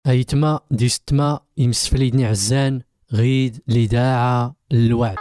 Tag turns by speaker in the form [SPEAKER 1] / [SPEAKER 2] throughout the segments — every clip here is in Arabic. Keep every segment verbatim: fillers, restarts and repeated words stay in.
[SPEAKER 1] أيتما ديستما يمسفليدني عزان غيد لداعة الوعد.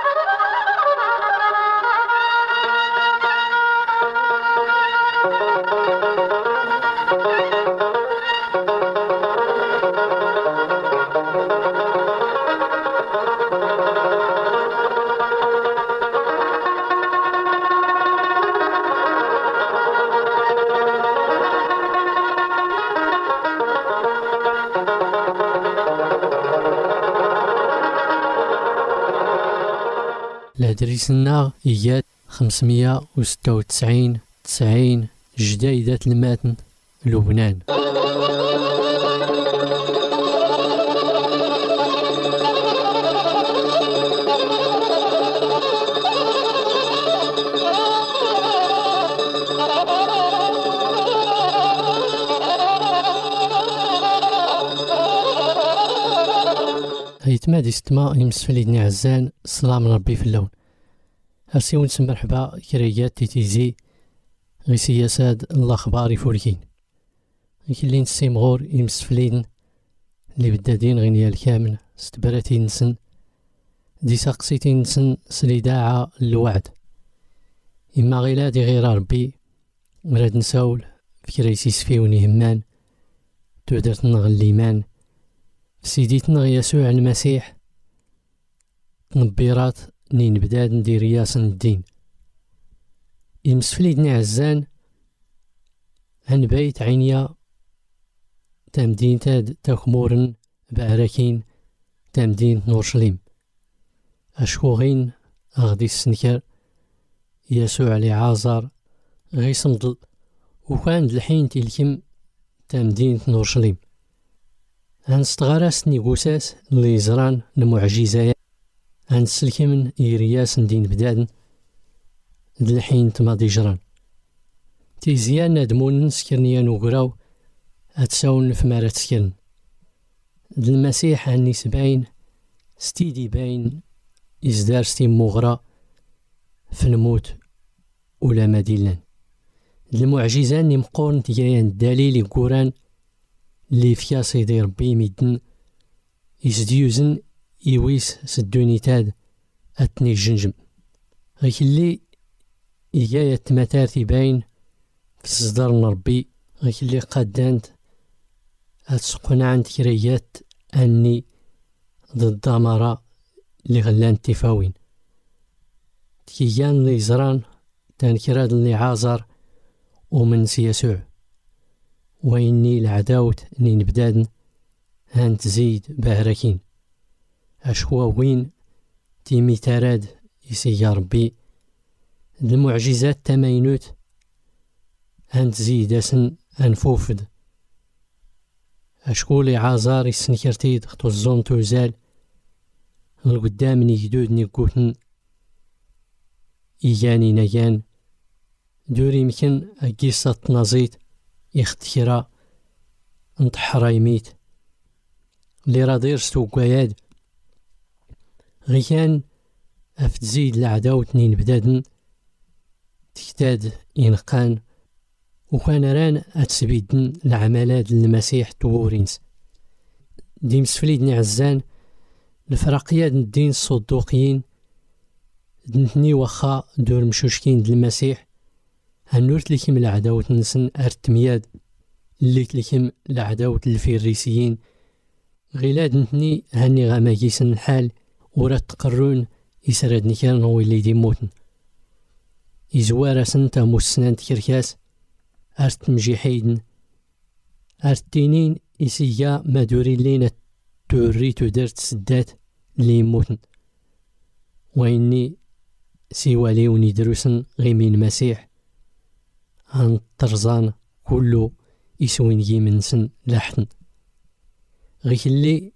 [SPEAKER 1] الهدريسنا إيات خمسمية وستة وتسعين تسعين جديدة الماتن لبنان. هيتما ديستما يمسفليدني عزان السلام ربي في اللون. هرسيون نسمى مرحبا كريات تيتيزي غي سياسات الأخبار فوركين كلين السيمغور يمسفليدن اللي بدادين غينيا الكامل ستبراتين نسن دي ساقسيتين نسن سليداعة الوعد إما غيلادي غير ربي مراد نساول فكريسيس فيوني همان تودرت نغل الإيمان سيديتنا يسوع المسيح نبيرات نين بداد ندير ياسن الدين يمسفليدني عزان عن بيت عينيا تمدين تاد تخمورن بعراكين تمدين نورشليم أشكوغين أغدي السنكر يسوع لعازر غي صمدل وكان الحين تلكم تمدين نورشليم هنستغرس نيقوساس اللي يزران المعجزات هنسلكمن إيرياس ندين بدادن دلحين تماضي جران تيزيان نادمون نسكرنيا نوغراو هتساون فمارة تسكرن المسيح عني سباين ستيدي باين إزدار ستيم مغرى في الموت ولا مدينان المعجزان نمقورن تجايان الدليل يقوران اللي فيا سيدي ربي ميدن يزديوزن يويس سدوني تاد أتني الجنجم غيك اللي إيجاية تماتارتي باين في صدر ربي غيك اللي قدانت أتسقنا عند كريات أني ضد دمارة اللي غلان تفاوين تكيان اللي زران تانكراد اللي عازر ومن سيسوع وإني العداوت نين بدادن هان تزيد بهركين أشكوا وين تيمي تاراد يسي ربي المعجزات تماينوت هان تزيد اسن أنفوفد أشكو لي عازار يسنكرتيد خطو الزون توزال القدام نيجدود نيقوتن إيجاني نيان دوري مكن أقيسة نزيت يختكرا انتحرا يميت اللي رادير ستوكاياد غيكان أفتزيد العداوت نين بدادن تكتاد ينقان وكان ران أتسبيدن العملات المسيح تورينس ديم سفليدني عزان الفرقيات الدين الصدوقيين دنتني وخا دور مشوشكين المسيح هنورت لكم العداوة نسن أرتمياد اللي لكم العداوة الفريسيين غيلاد نتني هني غاماكيسن الحال ورات تقرون يسردني كان هو اللي دي موتن يزوار سنتا موسنان تكركاس أرت مجيحيدن أرتينين إسيا ما دوري لينا توريتو درت سدات اللي يموتن وإني سيوالي وندروسن غيمين مسيح عن طرزان كله يسوين يمنسن لحن غيك اللي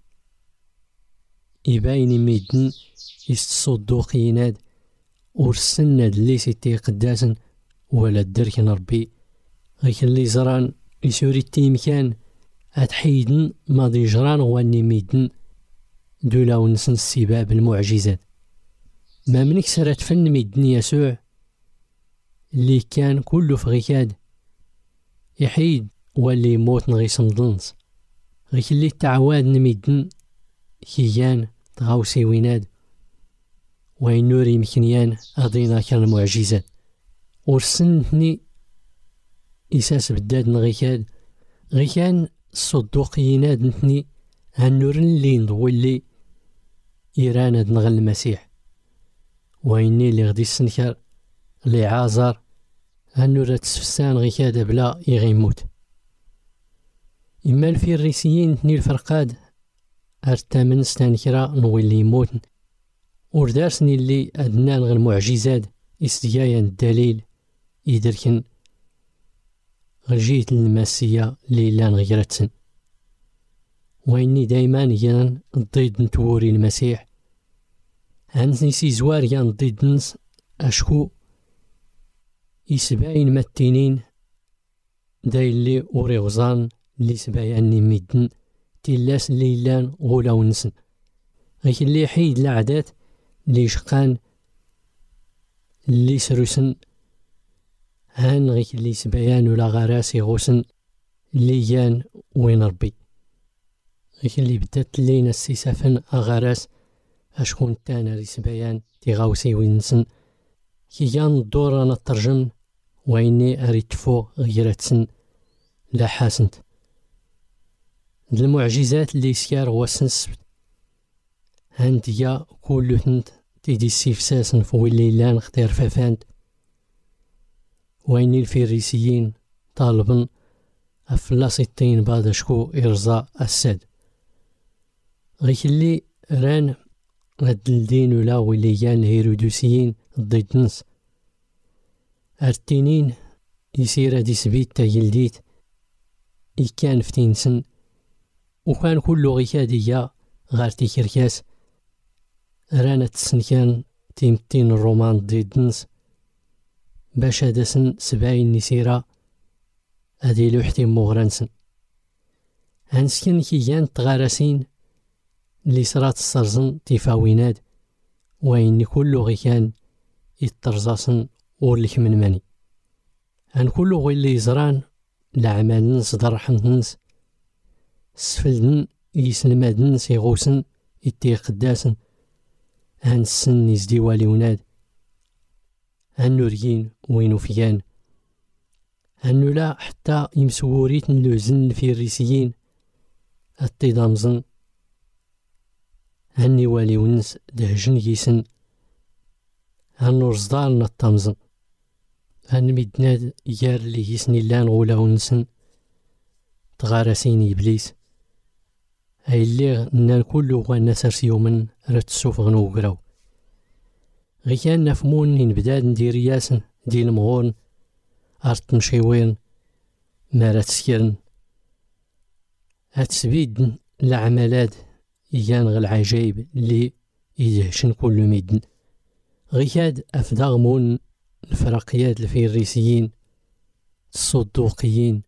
[SPEAKER 1] يباين ميدن يستصدوقيناد ورسناد اللي سيتي قداسن ولا الدرك ربي غيك اللي زران يسوري التيمكان أتحيدن ماضي جران واني ميدن دولا ونسن السباب المعجزات ما منك سرات فن ميدن يسوع اللي كان كله في غيكاد يحيد واللي يموت نغي صمدنس غيك اللي تعواد نميدن كيان تغاوسي ويناد وين نوري مكنيان أضينا كان المعجزات ورسنتني إساس بداد نغيكاد غيكان الصدوقيناد نتني هالنور اللي نضولي إيران هاد نغل المسيح ويني اللي غدي السنكر اللي عازر هالنور تسفسان غيكاد بلا يغيموت إما الفيريسيين نتني الفرقاد أرتامن ستانكرا نولي يموت وردارسني اللي أدنان غير معجزات إستجايا الدليل يدركن غجيت الماسية اللي لان غيرتسن وإني دايما يان ضد نتوري المسيح هانسني سي زوار يان ضد نس أشكو يسباين متينين داي اللي أوري غزان اللي سباياني ميدن تلاس اللي لان غولا ونسن غيك اللي حيد العادات اللي شقان اللي سروسن هان غيك اللي سبايان ولا غراسي غوسن اللي يان وين ربي غيك اللي بدات لينا السيسافن أغراس أشكون تانا ري سبايان تيغاوسي وينسن كي يان الدور أنا الترجم ويني أريد فوق غيرتسن لا حاسنت المعجزات اللي سيار هو السنسبت هانديا كل ثنت تيدي السيفساسن فوي الليلان اختير فافانت ويني الفريسيين طالبا أفلاس الطين بعد شكو إرزاء السد غيك اللي ران هاد الدين ولا وليان الهيرودوسيين ضد نس أرتينين يسير هادي سبيت تا يلديت إكان فتينسن وكان كل غيكادية غار تيكركاس رانا تسنكان تيمتين الرومان ضد نس باش هادسن سبعين نسيرة هادي لوحتي مغرانسن هانسكن كيان تغارسين اللي صرات السرزن تيفاويناد وين كل غيكان يترزاسن ورلك من ماني هان كل غي اللي يزران العمال نس ضرحن نس سفلدن يسلمادن سيغوسن يتي قداسن هان السن يزدي والي وناد هان نوريين وينو فيان هان لا حتى يمسوريت نلوزن في الريسيين التيدامزن هاني والي ونس دهجن يسن هان نورزدار نطامزن هان ميدناد يار اللي يسني لان غولا ونسن تغارسين إبليس هاي اللي نان كلو غانا سرسيومن رتسوف غنو قراو غي كان نفمون نبداد ندير ياسن دي المغورن أرت مشيوين مارا تسكرن هاتسبيد العملات يان غ العجايب اللي يدهشن كل ميدن غي كاد أفداغمون الفرقيات الفيريسيين الصدوقيين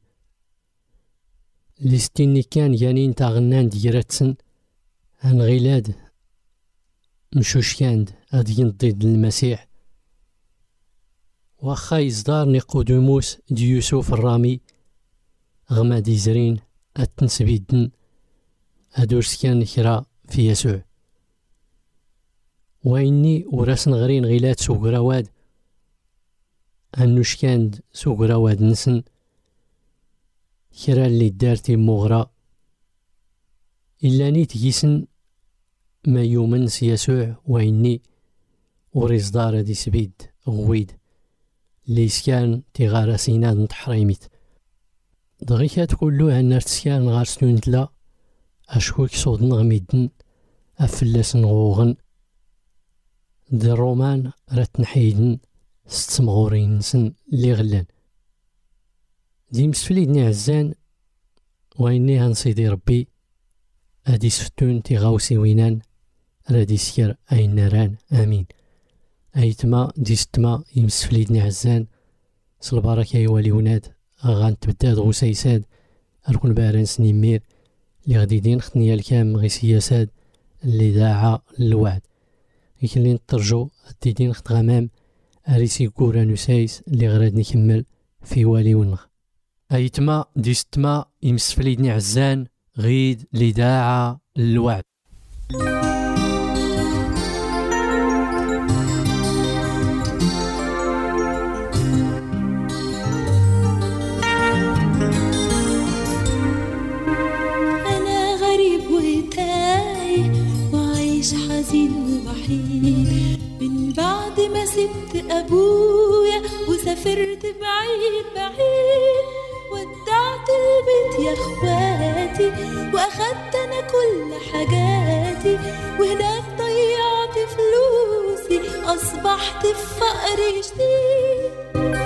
[SPEAKER 1] لستيني كان يانين تاغنان ديراتسن هان غيلاد مشوشكاند أدين ضد المسيح واخا يصدار نيقوديموس دي يوسف الرامي غما ديزرين التنسبيدن أدورس كان كرا في يسوع وإني وراسن غرين غيلات سوغراواد هنوشكاند سوغراواد نسن كرا اللي دارتي مغرا إلا نيت يسن ما يومنس يسوع وإني وريزدار دي سبيد غويد ليس كان تيغارا سيناد نتحريميت دغيكات كلو هنار تسكان غار سنونتلا أشكوك صود نغميدن أفلاسن غوغن دي الرومان رات نحيدن ستمغورين نسن اللي غلان دي مسفليدني عزان وإني هنصيدي ربي أدي سفتون تيغاوسي وينان رادي سكر أين ناران آمين أيتما دي ستما يمسفليدني عزان سالبركة يوالي وناد غان تبداد غوسيساد أركون بارن سنيمير اللي غادي دين خطنيا الكام غي سياساد اللي داعا للوعد غيك اللي نترجو غادي دين خط غمام أريسي كورا نسايس اللي غراد نكمل في والي ونغ أيتما دي ستما يمسفليدني عزان غيد لداعة الوعد.
[SPEAKER 2] أنا غريب وتايه وعايش حزين ووحيد من بعد ما سبت أبويا وسافرت بعيد بعيد. ودعت البيت يا اخواتي واخدت انا كل حاجاتي وهناك ضيعت فلوسي اصبحت في فقر شديد.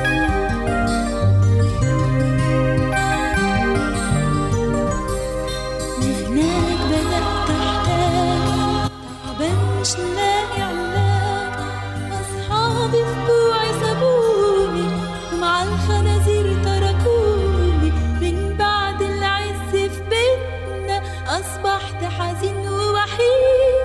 [SPEAKER 2] وهناك بدأت احتاج تعبان مش لاقي علاج. اصحابي في بوعي سابوني ومع الخنازير تركوني. من بعد العز في بيتنا أصبحت حزين ووحيد.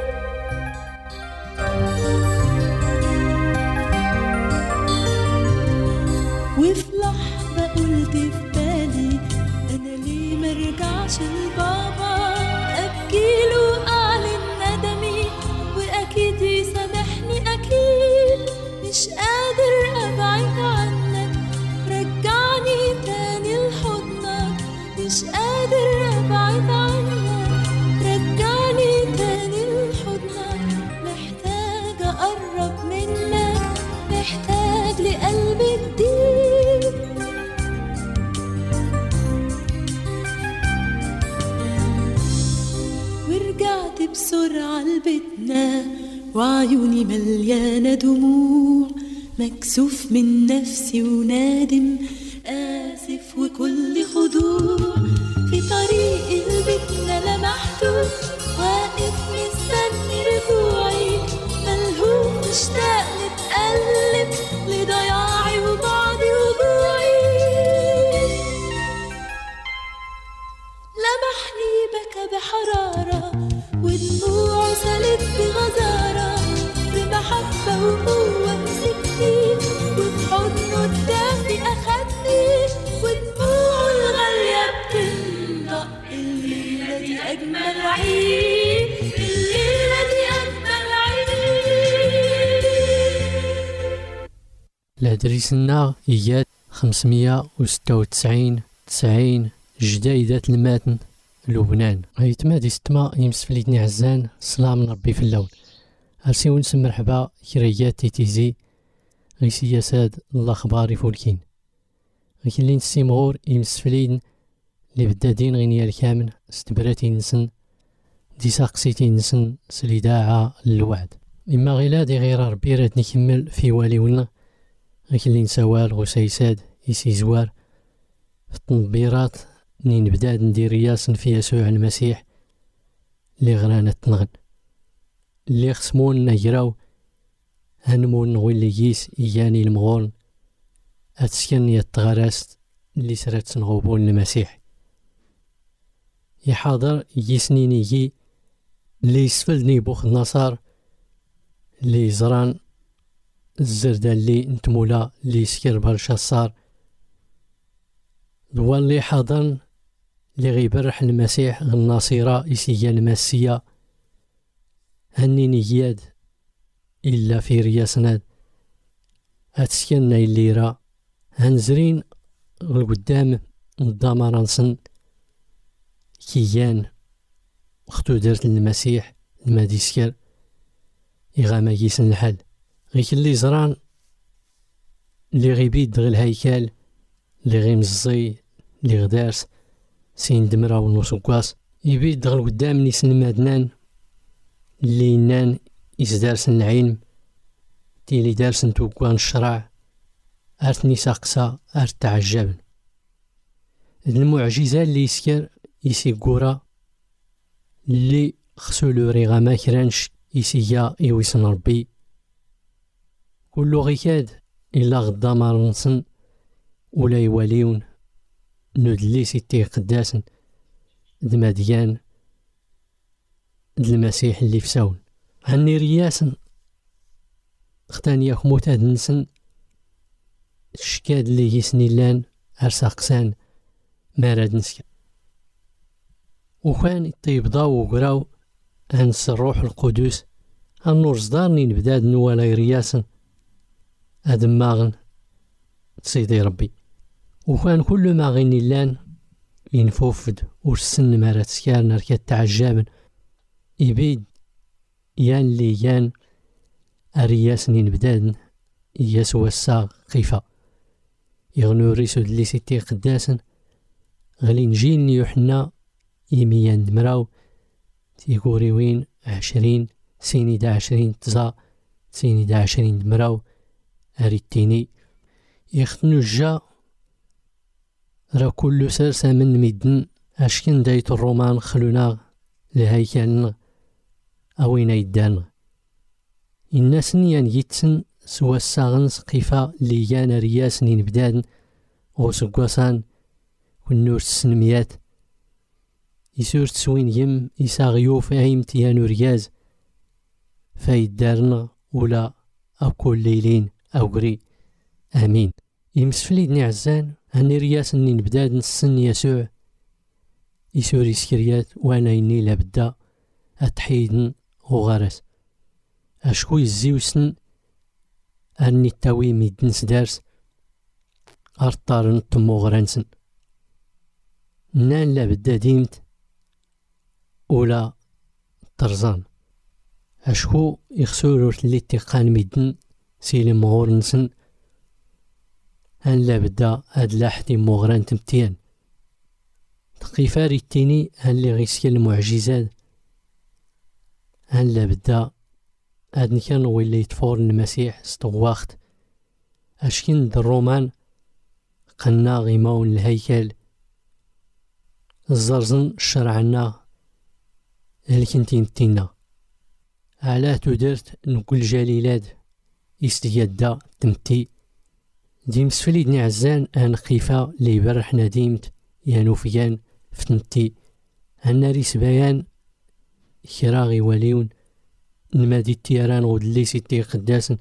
[SPEAKER 2] وفي لحظة قلت في بالي أنا ليه مرجعش لبابا أبكيله أعلن ندمي وأكيد يسامحني أكيد. مش قادر أبعد عنك رجعني تاني لحضنك. مش قادر أبعد عنك رجعني تاني لحضنك. محتاج أقرب منك محتاج لقلب جديد. ورجعت بسرعة لبيتنا وعيوني مليانة دموع. مكسوف من نفسي ونادم آسف وكل خضوع. في طريق البيتنا لمحته واقف مستني رجوعي. ملهوف مشتاق نتقلب لضياعي وبعدي وجوعي. لمحني بكى بحرارة ودموعه سالت بغزارة. بمحبة وقوة مسكني وفي حضنه الدافي أخدني. ودموعه الغالية بتنطق الليلة دي أجمل عيد. الليلة دي أجمل عيد.
[SPEAKER 1] لهدريسنا إياد خمسمية وستة وتسعين تسعين جدايدة الماتن لبنان. هيتما دي ستما يمسفليتني عزان سلام من ربي في اللون. هرسي ونسم مرحبا كريات تيتيزي غي سياساد الأخبار فولكين. غي اللي نسي مغور يمسفلين اللي بدادين غينيا الكامن استبراتي نسن دي ساقسيتي نسن سليداعة الوعد. إما غيلا دي غير ربي راد نكمل في والي ولنا غي اللي نسوال غسيساد يسي زوار في التنبيرات نين بداد ندير رياس في يسوع المسيح اللي غرانا تنغن اللي خصمون نجراو هنمون نغوي اللي يس إياني المغول أتسكن يتغرست اللي سرات سنغوبون المسيح يحاضر يسنين يجي اللي يسفلني بوخ النصار اللي زران الزردة اللي انتمولا اللي سكر برشاصار دوال اللي حاضن اللي غيبرح المسيح الناصرة إسيا الماسية هني نياد إلا في رياسناد هتسكننا الليرة هنزرين القدام الدامرانسن كيان اختو درت المسيح الماديسكر إغاما يسن الحل غيك اللي زران اللي غيبيد دغ الهيكال اللي غيمزي اللي غدارس سين دمرة ونوسوكواس يبيد دغ القدام نيسن مادنان اللي نان إزدارسن العلم تيلي دارسن توقوان الشرع أرتني ساقسا أرت تعجبن المعجزة اللي يسكر يسي قورا اللي خسولو ريغا ما كرانش يسيا يويسن ربي كلو غيكاد إلا غدا مارنسن ولا يواليون نودلي سيتي قداسن دماديان المسيح اللي فساون هني رياسن اختاني يخموت هاد نسن الشكاد اللي يسني لان أرساقسان ماراد نسكا وكان يطيبضاو وقراو أنس الروح القدس النور صدارني نبداد نوالا رياسن أدماغن سيدي ربي. وكان كل ما غيني لان ينفوفد ورسن مارات سكار نركات تعجابن يبيد يان لي يان أرياسن نبدادن يسوى الساغ خيفة يغنو ريسو دلي سيتي قداسن غلي نجيل يوحنا يميان دمراو تيقوري وين عشرين سيني دا عشرين تزا سيني دا عشرين دمراو أريتيني يختنو الجا راه كل سرسة من ميدن أشكن دايت الرومان خلونا لهيكلنا أوين يدان الناس نيان يتسن سوا الساغن سقيفة ليان رياس نين بدادن غوسقواسان والنور السنميات يسور تسوين يم يساغيو فاهم تيانو رياز فايدارنا ولا أكل ليلين أو قري آمين. يمسفليدني عزان هني رياس نين بدادن السن يسوع يسوري سكريات وانا يني لابدا أتحيدن وغرس أشكو يزيوسن أني التاوي ميدن سدارس أرطارن تمو غرانسن نان لابدا ديمت ولا طرزان أشكو يخسورو اللي تيقان ميدن سيلي مغورنسن هان لابدا هاد لاحدي مغران تمتيان تقيفا ريتيني هان لي غيسكي المعجزات هان لابدا هاد نكان ويلي يتفور المسيح سطواخت أشكين الرومان قنا غيماون الهيكل الزرزن شرعنا هلكنتي متينا علاه تدرت نقول جليلات يستيادا تمتي ديم سفليدني عزان ان خيفا لي برحنا ديمت يانو فيان فتنتي هناري سبايان كراغي واليون نمادي التيران غدلي سيتي قداسن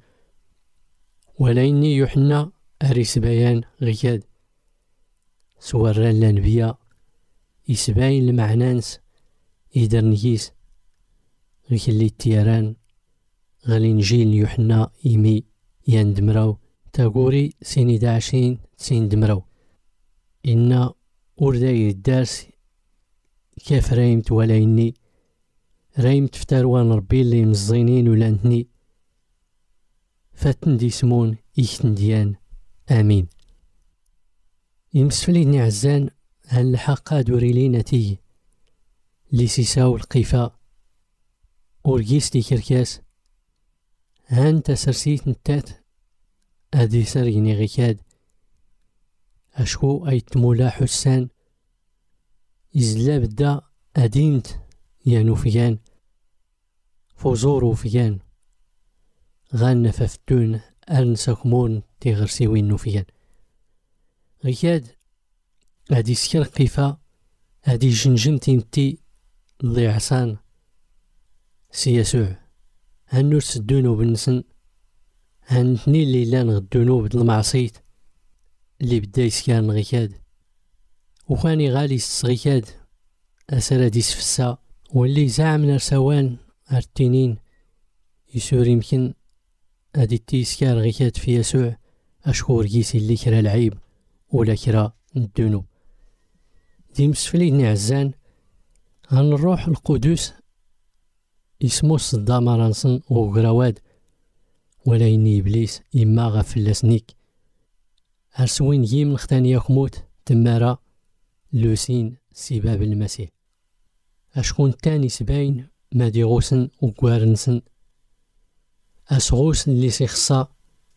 [SPEAKER 1] ولا إني يوحنا أري سبايان غياد سواران لانبياء يسباين المعنانس يدرنيس غيك اللي التيران غالي نجيل يوحنا يمي يندمراو تاقوري سيني داعشين سين دمراو إنا أورداي الدارس كيف رايمت ولا إني رايمت فتاروان ربي اللي مزينين ولانتني فاتن دي سمون إيكتن ديان آمين. يمسفليني عزان هل الحقا دوري لينا تي لي سيساو القيفا ورقيس دي كركاس هان تسرسيت نتات ادي سريني غيكاد اشكو اي تمولا حسان إزلا بدا أدينت يانو فيان فوزورو فيان غان ففتون أرنساكمون تيغرسيوين نوفيان غياد هادي سكر قيفا هادي جنجن تيمتي اللي عسان سياسوع هنور سدونو بنسن هنتني اللي لان غدونو بدل المعصيت اللي بدا يسكان غيكاد وخاني غالي الصغيكاد أسرا ديس فسا واللي زعم نرسوان هرتينين يسور يمكن هادي تيسكار غيكاد في يسوع أشكور جيسي اللي كرا العيب ولا كرا ندونو دي مسفليني عزان هن الروح القدس اسمو صدام رانسن وغراواد ولا إني إبليس إما غفلسنيك هرسوين يم نختاني يخموت تمارا لوسين سباب المسيح أشكون تاني سباين مادي غوسن وقوارنسن أسغوس اللي سيخصا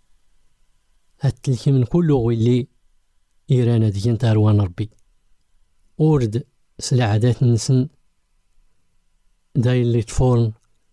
[SPEAKER 1] أتلك من كل غولي إيرانا ديان تاروان ربي أورد سلعادات نسن داي اللي تفورن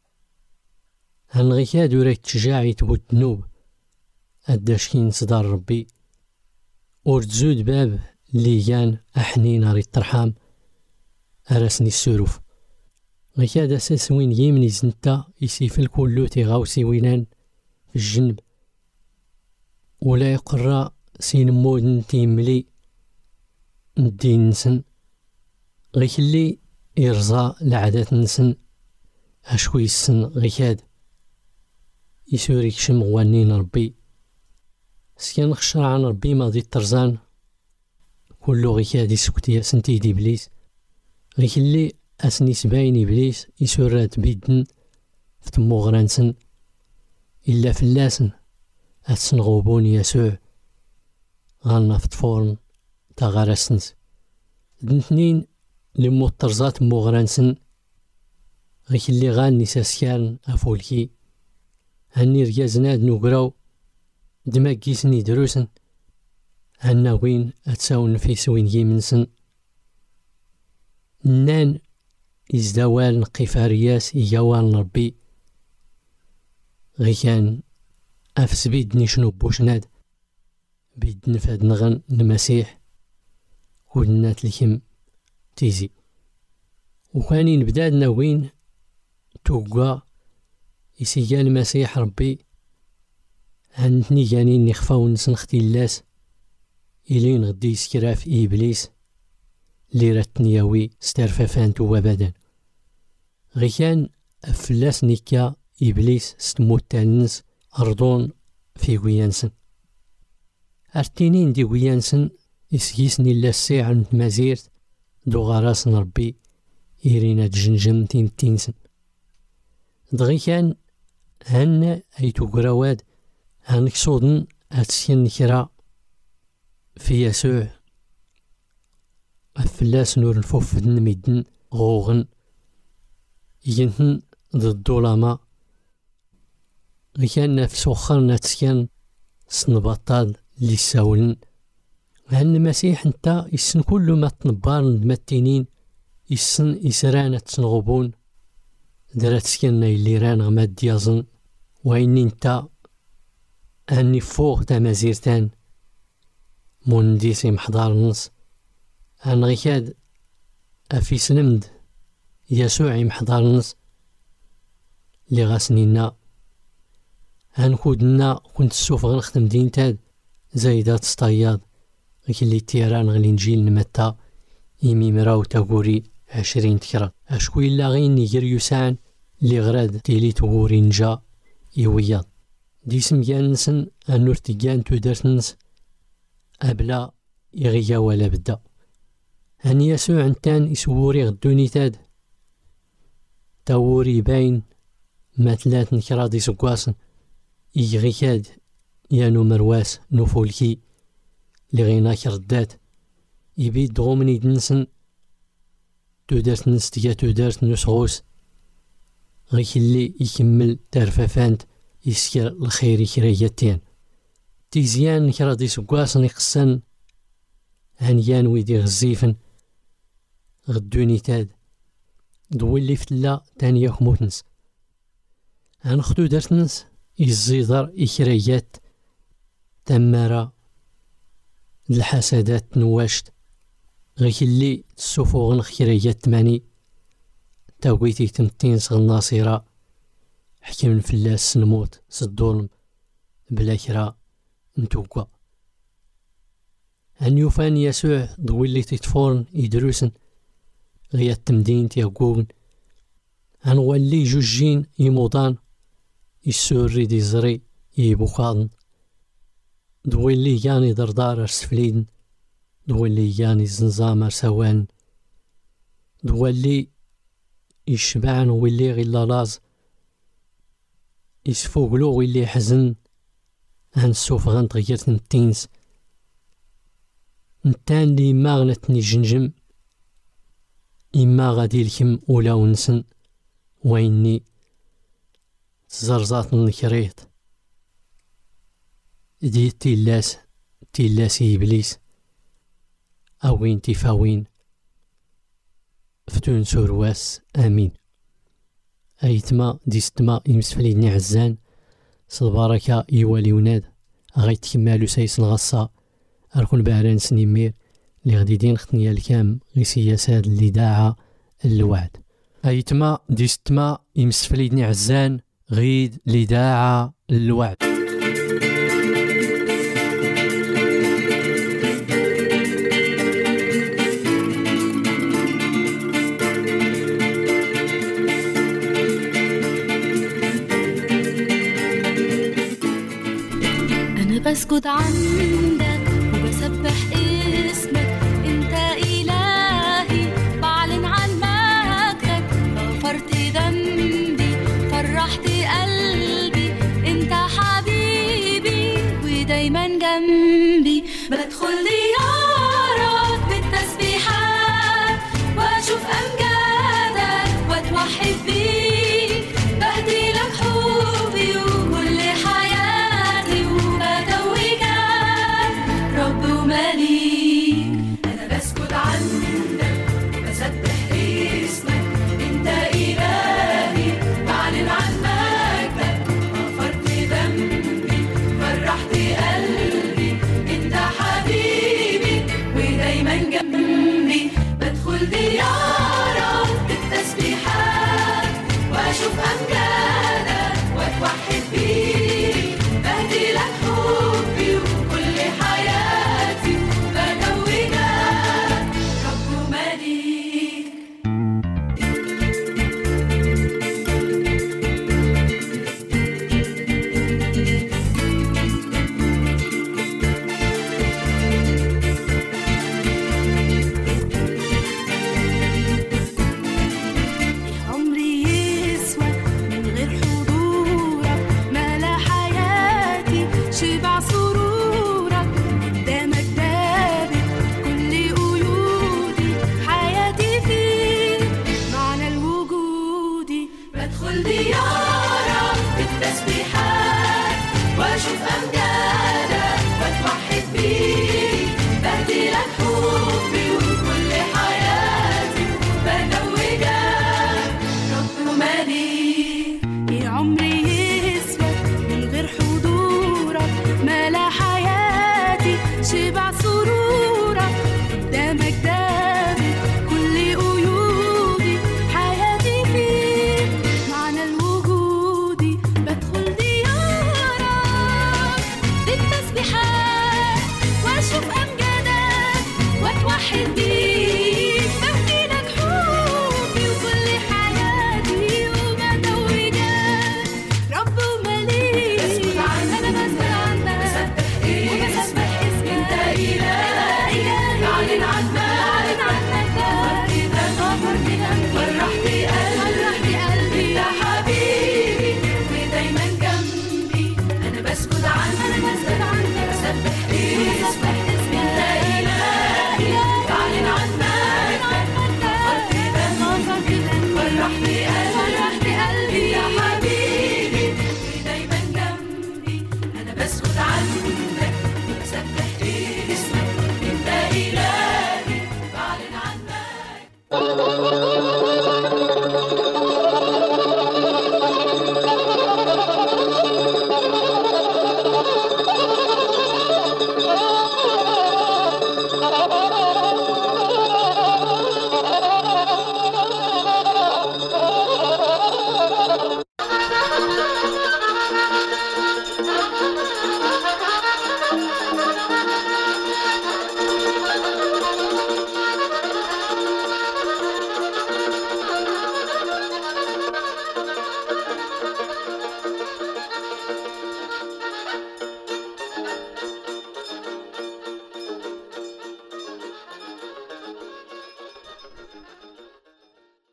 [SPEAKER 1] هنغيكاد وريك تشجاعي تبو الذنوب أداشكين صدار ربي أورد زود باب اللي يان أحني ناري الترحام أرسني السروف غيكاد أساس وين يمني زنتا يسيفل كلو تيغاوسي وينان في الجنب ولا يقرأ سين مودن تيملي ندين نسن غيك اللي إرزا لعادات نسن أشكو يسن غيكاد يسوري كشم غوانين ربي سكان خشر عن ربي ماضي الترزان كله غيكاد يسكتي سنتي دي إبليس غيك اللي أسني سباين إبليس يسورات بيدن فتمو غرانسن إلا فلاسن أتسن غوبون يسوع غالنا فتفورن تا غارسنس دنتنين لمو الترزات مو غرانسن غيك اللي غال نساسكان أفولكي هني رجازناد نوغراو دماغ كيسني دروسن هنا وين أتساون في سوين يمنسن نان إزدوال نقفارياس إيوان ربي غيكان أفس بيدني شنو بوشناد بيد نفاد نغن المسيح ودنات لكم تيزي وكاني نبداد ناوين توقع يسيجا المسيح ربي هنتني جانين نخفاو نسنختي اللاس إلين غدي يسكراف إبليس لي راتنياوي سترفافانتو وابدا غيكان أفلاس نيكا إبليس ستموت تانس أرضون في ويانسن أرتينين دي ويانسن إسكيسني اللاسي عن مازيرت دو غراس ربي إيرينا تجنجم تيم تينسن دغي كان هن أيتو قراواد هنك صودن أتسين نكرا في يسوع أفلاس نور الفوف دن ميدن غوغن ينتن ضد ظلامة غيكان نفس وخر نتسكن سنبطال اللي ساولن هن المسيح نتا يسن كل ما تنبار المتينين يسن يسران تسنغبون درات سكنا اللي ران غماد ديازن وإني نتا أني فوق تا مزيرتان مونديسي محضار نص أن غيكاد أفي سنمد يسوعي محضار نص اللي غاسنينا هنكودنا كنت السوف غنخدم دينتاد زايدات سطياد غيك اللي تيران غلي نجيل نمتا يمي مراو تاقوري عشرين تكرا أشكوي إلا غين نيجر يسان اللي غراد تيلي تغوري نجا يوياض ديسم جانسن أنور تيجان تودرتنس أبلا يغيا ولا بدا هن يسوع انتان يسوري غدوني تاد تاوري باين ما تلات نكرا دي سقواسن يغيكاد يانو مرواس نفولكي لغيناك ردات يبيد دغومني دنسن تودرت نس تيا تودرت نسغوس غيك اللي يكمل ترفافانت يسكر الخير كرياتين تيزيان كرا دي سقواسن يقسن هنيان ويدي غزيفن غدوني تاد دولي فتلا تاني يخموتنس هنخدو درتنس يزيدر إكريات تمارا الحسادات نواشت غيك اللي تسوفوغن خيريات تماني تاويتي تمتين صغ الناصرة حكم فلاس نموت صدولم بلا كرا نتوقع هن يوفان يسوع ضوي اللي تتفورن يدروسن غيا تمدين تيقوغن هن ولي جوجين يموضان يسوري دي زري يبوخاضن دوي اللي ياني دردار ارسفليدن دوي اللي ياني زنزام ارسوان دوي اللي يشبعن واللي غيلا لاز يسفوقلو واللي يحزن هنسوف غنتغيرت نتينس نتان لي ما غنتني جنجم إما غادي لكم ولا ونسن ويني تزرزات نكريت دي تيلاس تيلاس إبليس أوين تفاوين فتون سورواس آمين أيتما ديستما يمسفليدني عزان صدباركا يوالي وناد غايت كمالو سايس الغصة أركون باران سنيمير اللي غادي دين ختنيا الكام غي سياسات اللي داعا الوعد أيتما ديستما يمسفليدني عزان غيد اللي داعا الوعد.
[SPEAKER 2] بسجد عندك وبسبح اسمك، انت إلهي بعلن عن مجدك. غفرت ذنبي فرحت قلبي، انت حبيبي ودايما جنبي. بدخل ديارك بالتسبيحات واشوف امجادك واتوحد بيك، بهدي لك حبي وكل حياتي وبتوجك رب ومليك. انا بسجد عندك بسبح اسمك، انت الهي بعلن عن مجدك. غفرت ذنبي فرحت قلبي، انت حبيبي ودايما جنبي. بدخل ديارك بالتسبيحات واشوف امجادك واتوحد بيك، بهدي لك حبي وكل حياتي وبتوجك رب ومليك. عمري يسوى من غير حضورك، ملا حياتي شبع سرورك. قدامك دابت كل قيودي، حياتي فيك معنى الوجود. بدخل ديارك بالتسبيحات واشوف امجادك واتوحد بيك، بهدي لك حبي وكل حياتي وبتوجك رب ومليك. يا عمري يسوى من غير حضورك، ملا حياتي شبع سرورك. قدامك دابت كل قيودي، حياتي فيك معنى الوجود. بدخل ديارك بالتسبيحات واشوف امجادك واتوحد بيك، بهدي لك حبي وكل حياتي وبتوجك رب ومليك. بسجد عنك انا بسجد عنك وبسبح اسمك، انت الهي بعلن عن مجدك. غفرت ذنبي فرحت قلبي، انت حبيبي ودايما جنبي. انا بسجد عنك بسبح اسمك، انت الهي بعلن عن مجدك. غفرت ذنبي فرحت قلبي، انت حبيبي ودايما جنبي. انا بسجد عنك بسبح اسمك، انت الهي بعلن عن مجدك.